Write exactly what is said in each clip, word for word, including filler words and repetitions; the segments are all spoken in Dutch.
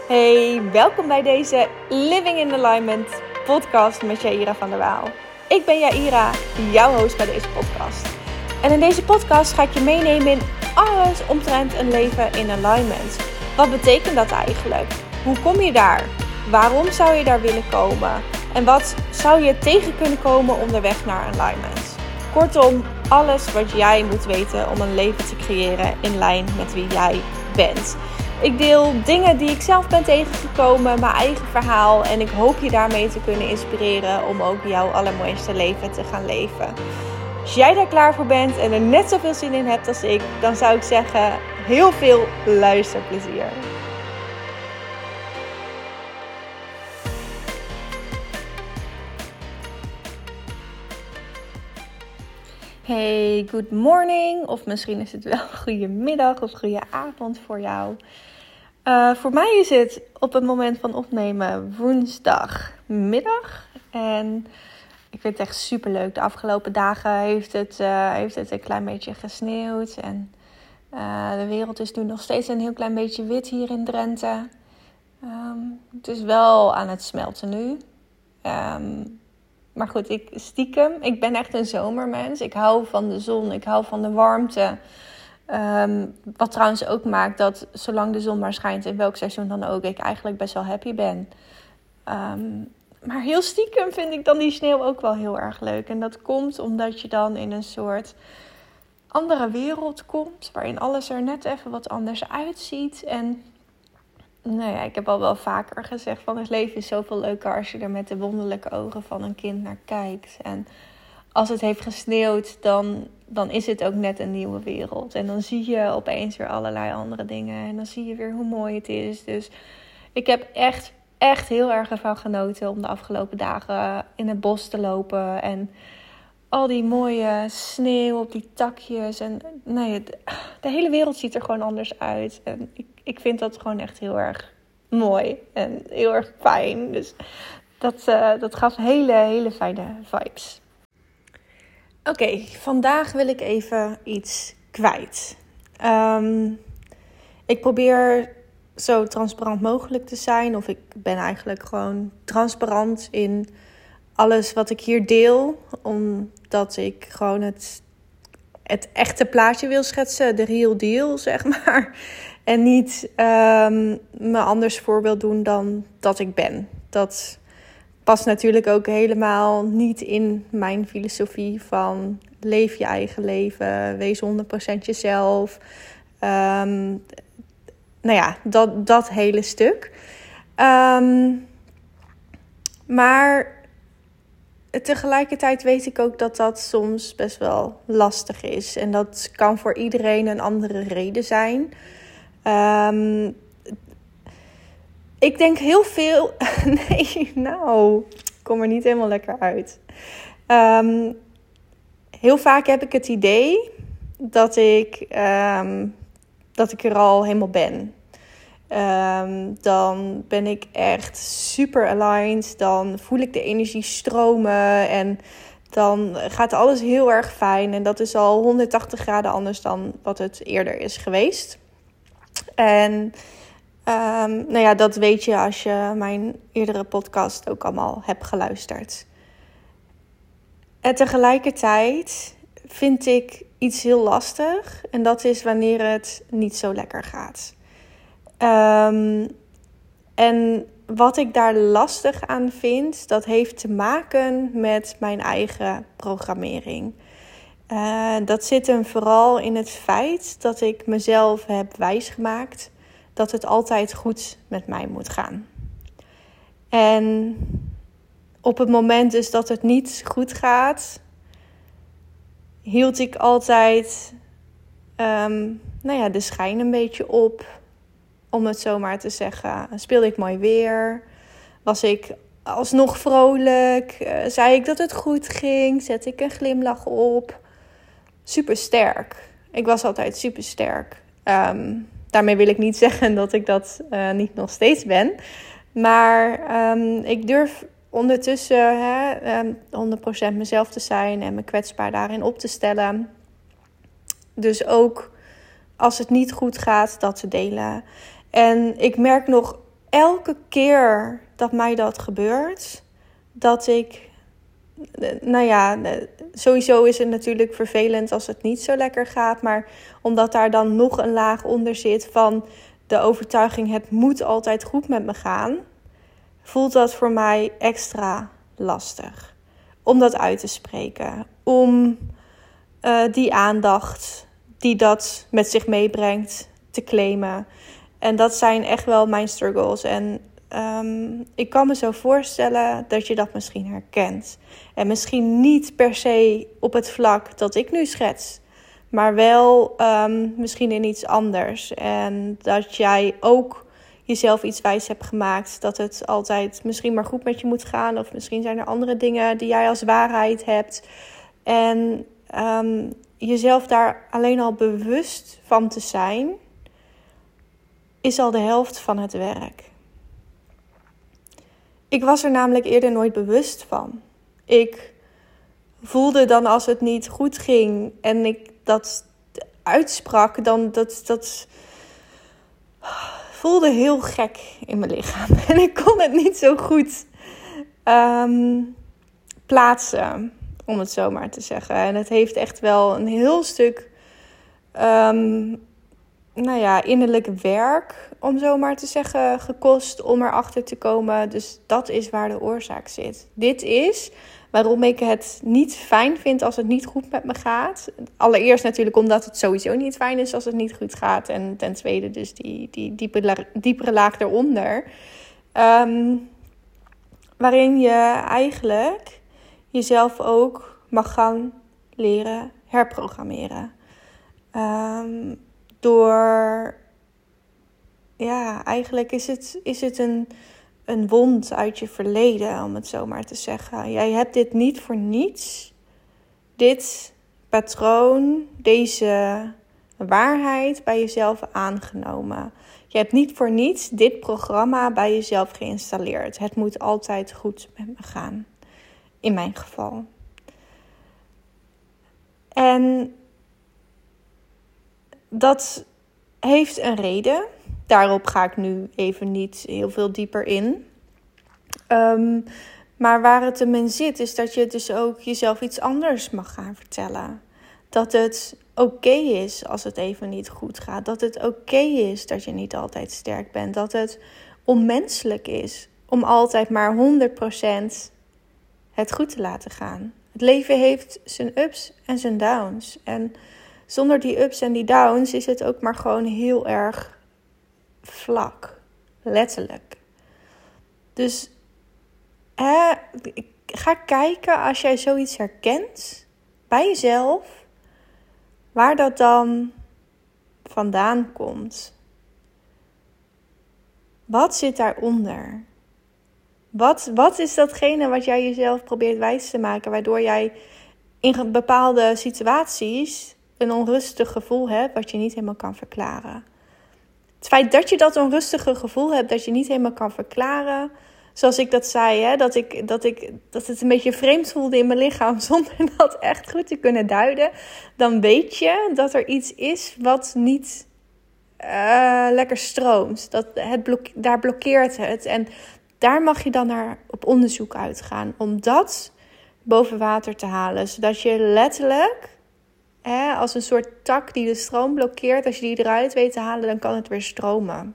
Hey, welkom bij deze Living in Alignment podcast met Jaira van der Waal. Ik ben Jaira, jouw host bij deze podcast. En in deze podcast ga ik je meenemen in alles omtrent een leven in alignment. Wat betekent dat eigenlijk? Hoe kom je daar? Waarom zou je daar willen komen? En wat zou je tegen kunnen komen onderweg naar alignment? Kortom, alles wat jij moet weten om een leven te creëren in lijn met wie jij bent. Ik deel dingen die ik zelf ben tegengekomen, mijn eigen verhaal. En ik hoop je daarmee te kunnen inspireren om ook jouw allermooiste leven te gaan leven. Als jij daar klaar voor bent en er net zoveel zin in hebt als ik, dan zou ik zeggen, heel veel luisterplezier. Hey, good morning. Of misschien is het wel goede middag of goede avond voor jou. Uh, voor mij is het op het moment van opnemen woensdagmiddag. En ik vind het echt super leuk. De afgelopen dagen heeft het, uh, heeft het een klein beetje gesneeuwd. En uh, de wereld is nu nog steeds een heel klein beetje wit hier in Drenthe. Um, het is wel aan het smelten nu. Um, maar goed, ik stiekem. Ik ben echt een zomermens. Ik hou van de zon. Ik hou van de warmte. Um, wat trouwens ook maakt dat zolang de zon maar schijnt, in welk seizoen dan ook, ik eigenlijk best wel happy ben. Um, maar heel stiekem vind ik dan die sneeuw ook wel heel erg leuk. En dat komt omdat je dan in een soort andere wereld komt, waarin alles er net even wat anders uitziet. En nou ja, ik heb al wel vaker gezegd van het leven is zoveel leuker als je er met de wonderlijke ogen van een kind naar kijkt. En als het heeft gesneeuwd, dan, dan is het ook net een nieuwe wereld. En dan zie je opeens weer allerlei andere dingen. En dan zie je weer hoe mooi het is. Dus ik heb echt, echt heel erg ervan genoten om de afgelopen dagen in het bos te lopen. En al die mooie sneeuw op die takjes. En nee, de, de hele wereld ziet er gewoon anders uit. En ik, ik vind dat gewoon echt heel erg mooi en heel erg fijn. Dus dat, uh, dat gaf hele, hele fijne vibes. Oké, okay, vandaag wil ik even iets kwijt. Um, ik probeer zo transparant mogelijk te zijn. Of ik ben eigenlijk gewoon transparant in alles wat ik hier deel. Omdat ik gewoon het, het echte plaatje wil schetsen. De real deal, zeg maar. En niet um, me anders voor wil doen dan dat ik ben. Dat past natuurlijk ook helemaal niet in mijn filosofie van leef je eigen leven, wees honderd procent jezelf. Um, nou ja, dat, dat hele stuk. Um, maar tegelijkertijd weet ik ook dat dat soms best wel lastig is. En dat kan voor iedereen een andere reden zijn. Um, Ik denk heel veel... Nee, nou, ik kom er niet helemaal lekker uit. Um, heel vaak heb ik het idee dat ik, um, dat ik er al helemaal ben. Um, dan ben ik echt super aligned. Dan voel ik de energie stromen. En dan gaat alles heel erg fijn. En dat is al honderdtachtig graden anders dan wat het eerder is geweest. En Um, nou ja, dat weet je als je mijn eerdere podcast ook allemaal hebt geluisterd. En tegelijkertijd vind ik iets heel lastig. En dat is wanneer het niet zo lekker gaat. Um, en wat ik daar lastig aan vind, dat heeft te maken met mijn eigen programmering. Uh, dat zit hem vooral in het feit dat ik mezelf heb wijsgemaakt dat het altijd goed met mij moet gaan. En op het moment dus dat het niet goed gaat, hield ik altijd um, nou ja, de schijn een beetje op. Om het zo maar te zeggen. Speelde ik mooi weer. Was ik alsnog vrolijk. Uh, zei ik dat het goed ging. Zette ik een glimlach op. Super sterk. Ik was altijd super sterk. Um, Daarmee wil ik niet zeggen dat ik dat uh, niet nog steeds ben. Maar um, ik durf ondertussen hè, um, honderd procent mezelf te zijn en me kwetsbaar daarin op te stellen. Dus ook als het niet goed gaat, dat te delen. En ik merk nog elke keer dat mij dat gebeurt, dat ik, nou ja, sowieso is het natuurlijk vervelend als het niet zo lekker gaat, maar omdat daar dan nog een laag onder zit van de overtuiging, het moet altijd goed met me gaan, voelt dat voor mij extra lastig om dat uit te spreken, om uh, die aandacht die dat met zich meebrengt te claimen. En dat zijn echt wel mijn struggles. En um, ik kan me zo voorstellen dat je dat misschien herkent. En misschien niet per se op het vlak dat ik nu schets, maar wel um, misschien in iets anders. En dat jij ook jezelf iets wijs hebt gemaakt dat het altijd misschien maar goed met je moet gaan. Of misschien zijn er andere dingen die jij als waarheid hebt. En um, jezelf daar alleen al bewust van te zijn, is al de helft van het werk. Ik was er namelijk eerder nooit bewust van. Ik voelde dan als het niet goed ging en ik dat uitsprak, dan dat, dat voelde heel gek in mijn lichaam. En ik kon het niet zo goed um, plaatsen, om het zo maar te zeggen. En het heeft echt wel een heel stuk Um, nou ja, innerlijk werk, om zo maar te zeggen, gekost om erachter te komen. Dus dat is waar de oorzaak zit. Dit is waarom ik het niet fijn vind als het niet goed met me gaat. Allereerst natuurlijk omdat het sowieso niet fijn is als het niet goed gaat. En ten tweede dus die, die diepere, diepere laag eronder. Um, waarin je eigenlijk jezelf ook mag gaan leren herprogrammeren. Um, door, ja, eigenlijk is het, is het een, een wond uit je verleden, om het zo maar te zeggen. Jij hebt dit niet voor niets. Dit patroon, deze waarheid bij jezelf aangenomen. Je hebt niet voor niets dit programma bij jezelf geïnstalleerd. Het moet altijd goed met me gaan. In mijn geval. En dat heeft een reden. Daarop ga ik nu even niet heel veel dieper in. Um, maar waar het hem in zit, is dat je dus ook jezelf iets anders mag gaan vertellen. Dat het oké okay is als het even niet goed gaat. Dat het oké okay is dat je niet altijd sterk bent. Dat het onmenselijk is om altijd maar honderd procent het goed te laten gaan. Het leven heeft zijn ups en zijn downs. En zonder die ups en die downs is het ook maar gewoon heel erg vlak. Letterlijk. Dus hè, ga kijken als jij zoiets herkent bij jezelf, waar dat dan vandaan komt. Wat zit daaronder? Wat, wat is datgene wat jij jezelf probeert wijs te maken, waardoor jij in bepaalde situaties een onrustig gevoel hebt wat je niet helemaal kan verklaren. Het feit dat je dat onrustige gevoel hebt, dat je niet helemaal kan verklaren, zoals ik dat zei, hè, dat, ik, dat, ik, dat het een beetje vreemd voelde in mijn lichaam zonder dat echt goed te kunnen duiden, dan weet je dat er iets is wat niet uh, lekker stroomt. Dat het blok- daar blokkeert het. En daar mag je dan naar op onderzoek uitgaan om dat boven water te halen, zodat je letterlijk, hè, als een soort tak die de stroom blokkeert, als je die eruit weet te halen, dan kan het weer stromen.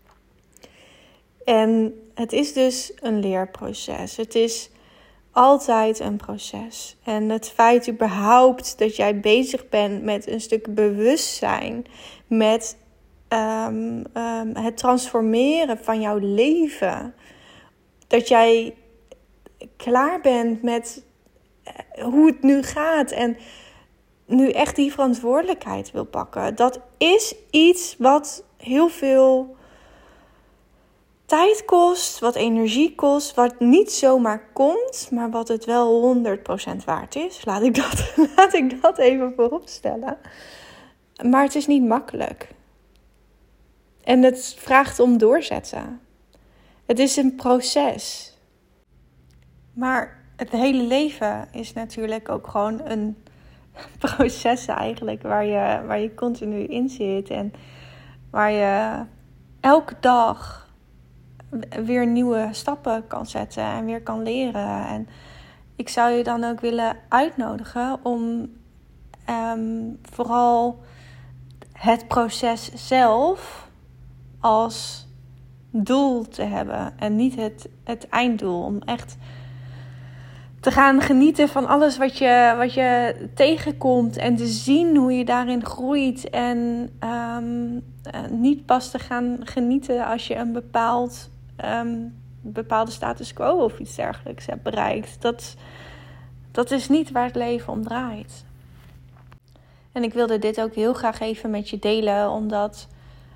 En het is dus een leerproces. Het is altijd een proces. En het feit überhaupt dat jij bezig bent met een stuk bewustzijn, met um, um, het transformeren van jouw leven, dat jij klaar bent met hoe het nu gaat en nu echt die verantwoordelijkheid wil pakken. Dat is iets wat heel veel tijd kost, wat energie kost, wat niet zomaar komt, maar wat het wel honderd procent waard is. Laat ik dat, laat ik dat even voorop stellen. Maar het is niet makkelijk. En het vraagt om doorzetten. Het is een proces. Maar het hele leven is natuurlijk ook gewoon een proces eigenlijk, waar je, waar je continu in zit en waar je elke dag weer nieuwe stappen kan zetten en weer kan leren. En ik zou je dan ook willen uitnodigen om um, vooral het proces zelf als doel te hebben en niet het, het einddoel. Om echt te gaan genieten van alles wat je, wat je tegenkomt en te zien hoe je daarin groeit. En um, uh, niet pas te gaan genieten als je een bepaald, um, bepaalde status quo of iets dergelijks hebt bereikt. Dat, dat is niet waar het leven om draait. En ik wilde dit ook heel graag even met je delen, omdat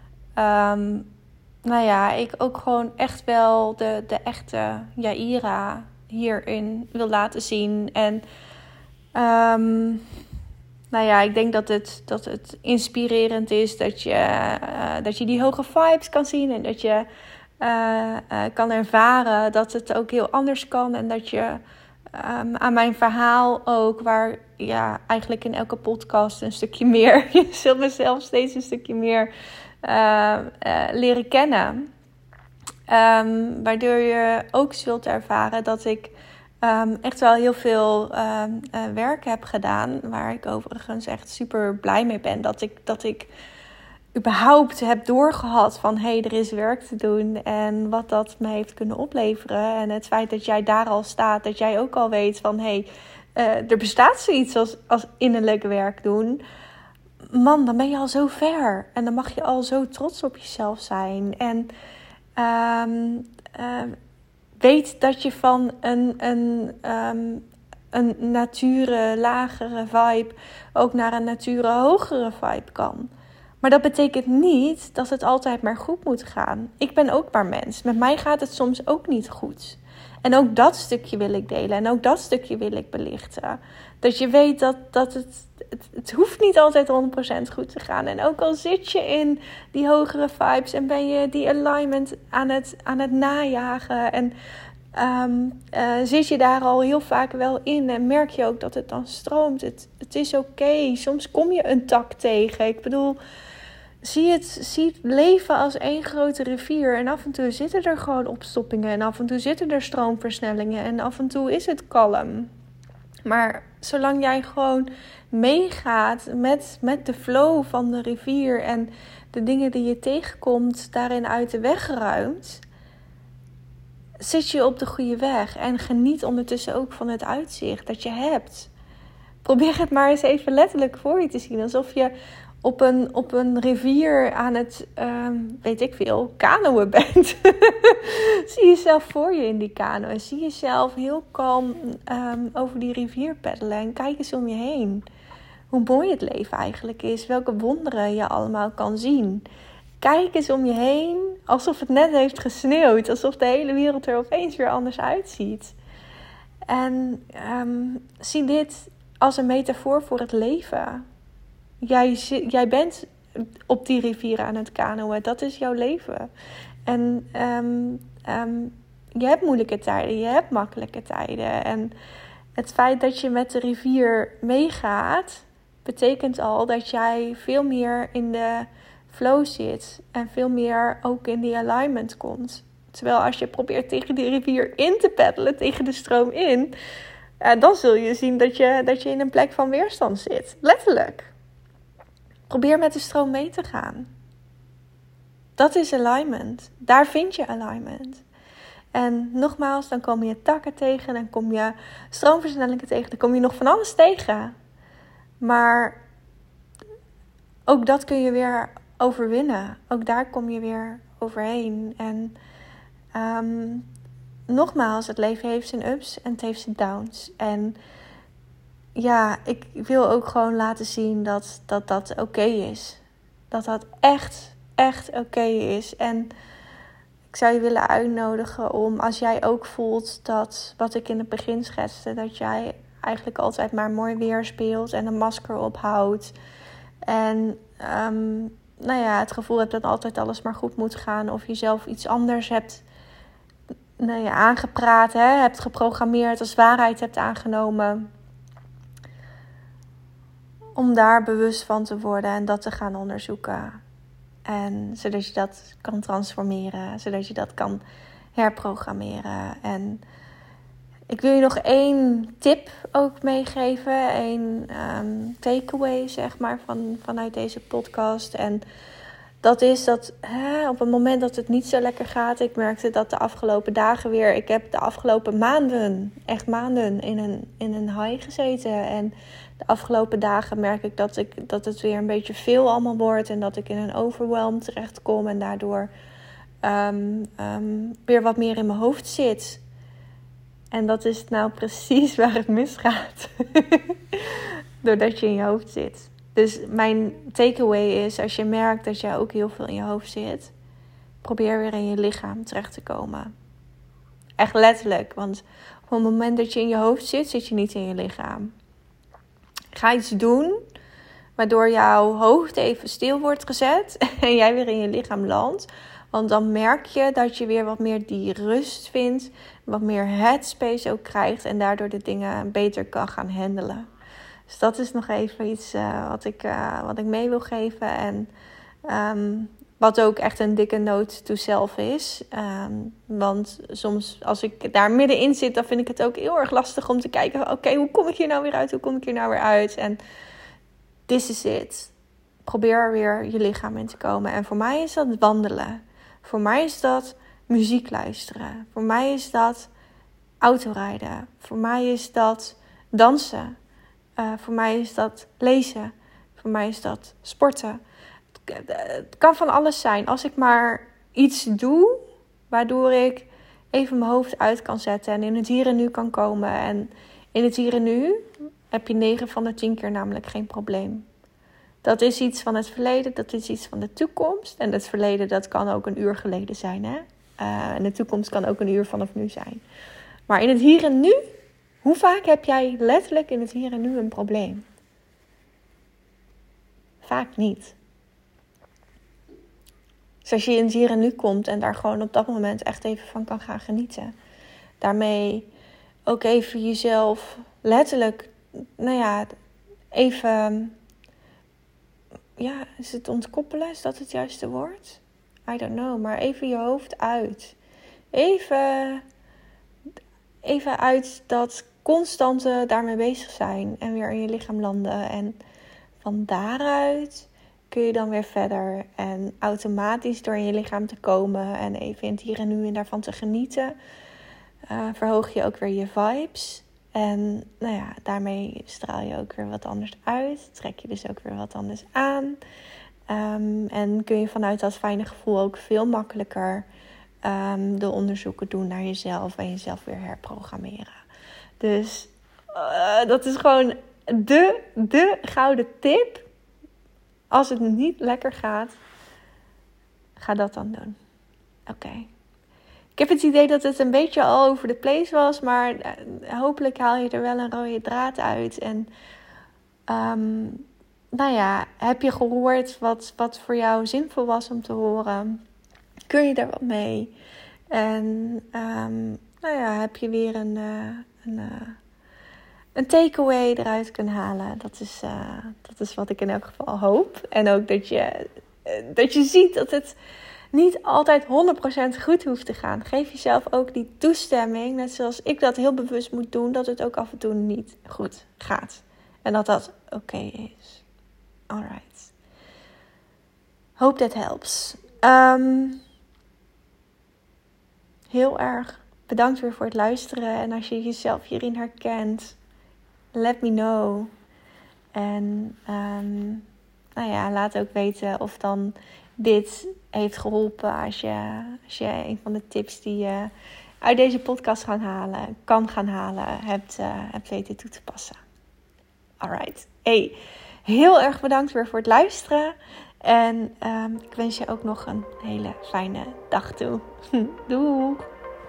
um, nou ja, ik ook gewoon echt wel de, de echte Yaira hierin wil laten zien. En um, nou ja, ik denk dat het, dat het inspirerend is dat je, uh, dat je die hoge vibes kan zien. En dat je uh, uh, kan ervaren dat het ook heel anders kan. En dat je um, aan mijn verhaal ook, waar ja, eigenlijk in elke podcast een stukje meer, je zult mezelf steeds een stukje meer uh, uh, leren kennen. Um, waardoor je ook zult ervaren dat ik um, echt wel heel veel um, uh, werk heb gedaan. Waar ik overigens echt super blij mee ben. Dat ik, dat ik überhaupt heb doorgehad van hé, hey, er is werk te doen. En wat dat me heeft kunnen opleveren. En het feit dat jij daar al staat. Dat jij ook al weet van hé, hey, uh, er bestaat zoiets als, als innerlijk werk doen. Man, dan ben je al zo ver. En dan mag je al zo trots op jezelf zijn. En Um, uh, weet dat je van een, een, um, een nature lagere vibe ook naar een nature hogere vibe kan. Maar dat betekent niet dat het altijd maar goed moet gaan. Ik ben ook maar mens. Met mij gaat het soms ook niet goed. En ook dat stukje wil ik delen. En ook dat stukje wil ik belichten. Dat je weet dat, dat het, het... Het hoeft niet altijd honderd procent goed te gaan. En ook al zit je in die hogere vibes en ben je die alignment aan het, aan het najagen. En um, uh, zit je daar al heel vaak wel in. En merk je ook dat het dan stroomt. Het, het is oké. Okay. Soms kom je een tak tegen. Ik bedoel, zie het, zie het leven als één grote rivier. En af en toe zitten er gewoon opstoppingen. En af en toe zitten er stroomversnellingen. En af en toe is het kalm. Maar zolang jij gewoon meegaat met, met de flow van de rivier en de dingen die je tegenkomt daarin uit de weg ruimt, zit je op de goede weg en geniet ondertussen ook van het uitzicht dat je hebt. Probeer het maar eens even letterlijk voor je te zien, alsof je op een, op een rivier aan het, um, weet ik veel, kanoën bent. Zie jezelf voor je in die kano en zie jezelf heel kalm um, over die rivier peddelen en kijk eens om je heen. Hoe mooi het leven eigenlijk is, welke wonderen je allemaal kan zien. Kijk eens om je heen, alsof het net heeft gesneeuwd, alsof de hele wereld er opeens weer anders uitziet. En um, zie dit als een metafoor voor het leven. Jij, jij bent op die rivier aan het kanoën. Dat is jouw leven. En um, um, je hebt moeilijke tijden. Je hebt makkelijke tijden. En het feit dat je met de rivier meegaat, betekent al dat jij veel meer in de flow zit. En veel meer ook in die alignment komt. Terwijl als je probeert tegen die rivier in te peddelen, tegen de stroom in, uh, dan zul je zien dat je, dat je in een plek van weerstand zit. Letterlijk. Probeer met de stroom mee te gaan. Dat is alignment. Daar vind je alignment. En nogmaals, dan kom je takken tegen, dan kom je stroomversnellingen tegen, dan kom je nog van alles tegen. Maar ook dat kun je weer overwinnen. Ook daar kom je weer overheen. En um, nogmaals, het leven heeft zijn ups en het heeft zijn downs. En ja, ik wil ook gewoon laten zien dat dat, dat oké okay is. Dat dat echt, echt oké okay is. En ik zou je willen uitnodigen om, als jij ook voelt dat, wat ik in het begin schetste, dat jij eigenlijk altijd maar mooi weer speelt en een masker ophoudt. En um, nou ja, het gevoel hebt dat altijd alles maar goed moet gaan. Of je zelf iets anders hebt nou ja, aangepraat, hè, hebt geprogrammeerd, als waarheid hebt aangenomen. Om daar bewust van te worden en dat te gaan onderzoeken. En zodat je dat kan transformeren. Zodat je dat kan herprogrammeren. En ik wil je nog één tip ook meegeven. Één um, takeaway, zeg maar, van, vanuit deze podcast. En dat is dat hè, op het moment dat het niet zo lekker gaat. Ik merkte dat de afgelopen dagen weer. Ik heb de afgelopen maanden, echt maanden, in een, in een high gezeten. En de afgelopen dagen merk ik dat, ik dat het weer een beetje veel allemaal wordt. En dat ik in een overwhelm terechtkom. En daardoor um, um, weer wat meer in mijn hoofd zit. En dat is nou precies waar het misgaat. Doordat je in je hoofd zit. Dus mijn takeaway is, als je merkt dat je ook heel veel in je hoofd zit, probeer weer in je lichaam terecht te komen. Echt letterlijk, want op het moment dat je in je hoofd zit, zit je niet in je lichaam. Ga iets doen waardoor jouw hoofd even stil wordt gezet en jij weer in je lichaam landt. Want dan merk je dat je weer wat meer die rust vindt, wat meer headspace ook krijgt en daardoor de dingen beter kan gaan handelen. Dus dat is nog even iets uh, wat, ik, uh, wat ik mee wil geven. En um, wat ook echt een dikke note to self is. Um, want soms als ik daar middenin zit, dan vind ik het ook heel erg lastig om te kijken. Oké, okay, hoe kom ik hier nou weer uit? Hoe kom ik hier nou weer uit? En this is it. Probeer weer je lichaam in te komen. En voor mij is dat wandelen. Voor mij is dat muziek luisteren. Voor mij is dat autorijden. Voor mij is dat dansen. Uh, voor mij is dat lezen. Voor mij is dat sporten. Het, het kan van alles zijn. Als ik maar iets doe waardoor ik even mijn hoofd uit kan zetten en in het hier en nu kan komen. En in het hier en nu heb je negen van de tien keer namelijk geen probleem. Dat is iets van het verleden, dat is iets van de toekomst. En het verleden, dat kan ook een uur geleden zijn. Hè? Uh, en de toekomst kan ook een uur vanaf nu zijn. Maar in het hier en nu, hoe vaak heb jij letterlijk in het hier en nu een probleem? Vaak niet. Dus als je in het hier en nu komt en daar gewoon op dat moment echt even van kan gaan genieten. Daarmee ook even jezelf letterlijk, nou ja, even... Ja, is het ontkoppelen? Is dat het juiste woord? I don't know, maar even je hoofd uit. Even, even uit dat constante daarmee bezig zijn en weer in je lichaam landen. En van daaruit kun je dan weer verder en automatisch door in je lichaam te komen en even in het hier en nu en daarvan te genieten, uh, verhoog je ook weer je vibes. En nou ja, daarmee straal je ook weer wat anders uit. Trek je dus ook weer wat anders aan. Um, en kun je vanuit dat fijne gevoel ook veel makkelijker um, de onderzoeken doen naar jezelf en jezelf weer herprogrammeren. Dus uh, dat is gewoon de, de gouden tip. Als het niet lekker gaat, ga dat dan doen. Oké. Okay. Ik heb het idee dat het een beetje all over the place was. Maar uh, hopelijk haal je er wel een rode draad uit. En um, nou ja, heb je gehoord wat, wat voor jou zinvol was om te horen? Kun je daar wat mee? En um, nou ja, heb je weer een, uh, een, uh, een takeaway eruit kunnen halen? Dat is, uh, dat is wat ik in elk geval hoop. En ook dat je, uh, dat je ziet dat het niet altijd honderd procent goed hoeft te gaan. Geef jezelf ook die toestemming, net zoals ik dat heel bewust moet doen, dat het ook af en toe niet goed gaat. En dat dat oké okay is. Alright. Hope that helps. Um, heel erg bedankt weer voor het luisteren. En als je jezelf hierin herkent, let me know. En um, nou ja, laat ook weten of dan dit heeft geholpen als je, als je een van de tips die je uit deze podcast gaan halen, kan gaan halen, hebt, uh, hebt weten toe te passen. Alright. Hey, heel erg bedankt weer voor het luisteren. En um, ik wens je ook nog een hele fijne dag toe. Doeg!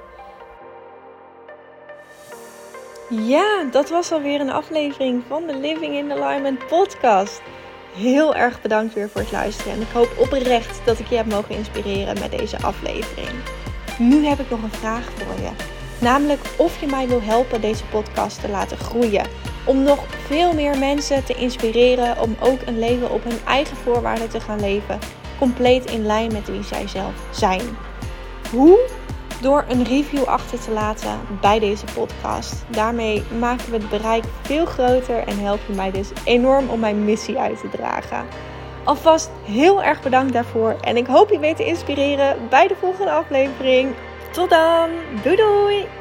Ja, dat was alweer een aflevering van de Living in Alignment podcast. Heel erg bedankt weer voor het luisteren. En ik hoop oprecht dat ik je heb mogen inspireren met deze aflevering. Nu heb ik nog een vraag voor je. Namelijk of je mij wil helpen deze podcast te laten groeien. Om nog veel meer mensen te inspireren om ook een leven op hun eigen voorwaarden te gaan leven. compleet in lijn met wie zij zelf zijn. Hoe? Door een review achter te laten bij deze podcast. Daarmee maken we het bereik veel groter en help je mij dus enorm om mijn missie uit te dragen. Alvast heel erg bedankt daarvoor en ik hoop je weer te inspireren bij de volgende aflevering. Tot dan, doei doei!